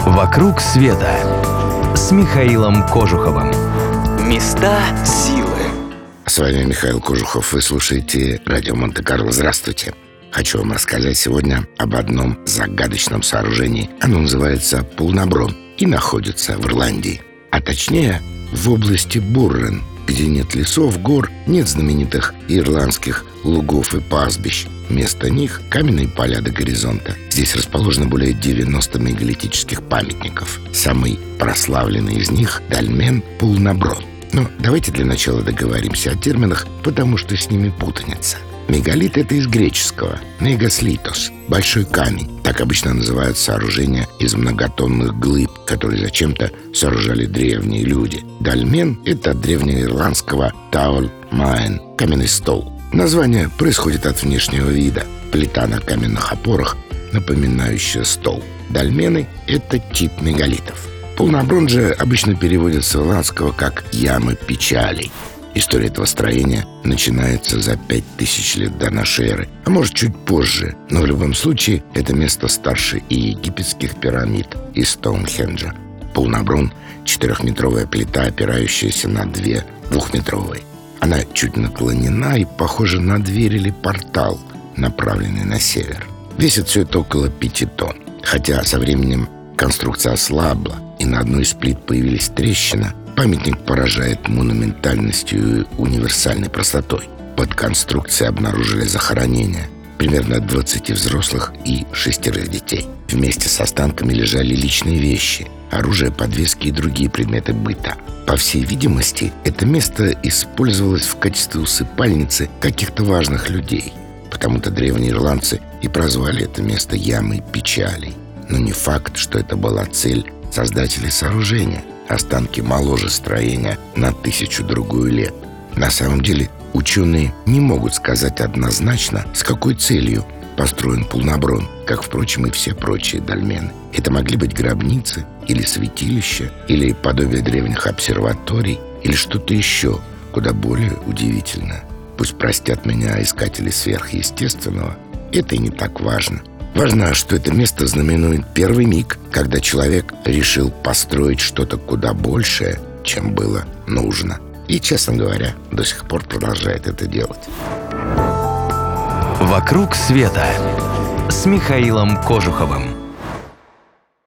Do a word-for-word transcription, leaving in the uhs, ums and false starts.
«Вокруг света» с Михаилом Кожуховым. Места силы. С вами Михаил Кожухов. Вы слушаете радио Монте-Карло. Здравствуйте. Хочу вам рассказать сегодня об одном загадочном сооружении. Оно называется Полнаброн и находится в Ирландии. А точнее, в области Буррен, где нет лесов, гор, нет знаменитых ирландских лугов и пастбищ. Вместо них каменные поля до горизонта. Здесь расположено более девяноста мегалитических памятников. Самый прославленный из них – Дальмен Полнаброн. Но давайте для начала договоримся о терминах, потому что с ними путаница. Мегалит – это из греческого «мегаслитос» – большой камень. Так обычно называют сооружения из многотонных глыб, которые зачем-то сооружали древние люди. Дальмен – это от древнеирландского «таоль маэн» – каменный стол. Название происходит от внешнего вида. Плита на каменных опорах, напоминающая стол. Дольмены – это тип мегалитов. Полнаброн же обычно переводят с ирландского как «ямы печалей». История этого строения начинается за пять тысяч лет до нашей эры, а может чуть позже, но в любом случае это место старше и египетских пирамид, и Стоунхенджа. Полнаброн – четырехметровая плита, опирающаяся на две двухметровые. Она чуть наклонена и похожа на дверь или портал, направленный на север. Весит все это около пяти тонн. Хотя со временем конструкция ослабла, и на одной из плит появились трещины, памятник поражает монументальностью и универсальной простотой. Под конструкцией обнаружили захоронения. Примерно двадцати взрослых и шестерых детей. Вместе с останками лежали личные вещи, оружие, подвески и другие предметы быта. По всей видимости, это место использовалось в качестве усыпальницы каких-то важных людей. Потому-то древние ирландцы и прозвали это место «ямой печалей». Но не факт, что это была цель создателей сооружения. Останки моложе строения на тысячу-другую лет. На самом деле, ученые не могут сказать однозначно, с какой целью построен Полнаброн, как, впрочем, и все прочие дольмены. Это могли быть гробницы, или святилища, или подобие древних обсерваторий, или что-то еще, куда более удивительное. Пусть простят меня искатели сверхъестественного, это и не так важно. Важно, что это место знаменует первый миг, когда человек решил построить что-то куда большее, чем было нужно. И, честно говоря, до сих пор продолжает это делать. «Вокруг света» с Михаилом Кожуховым.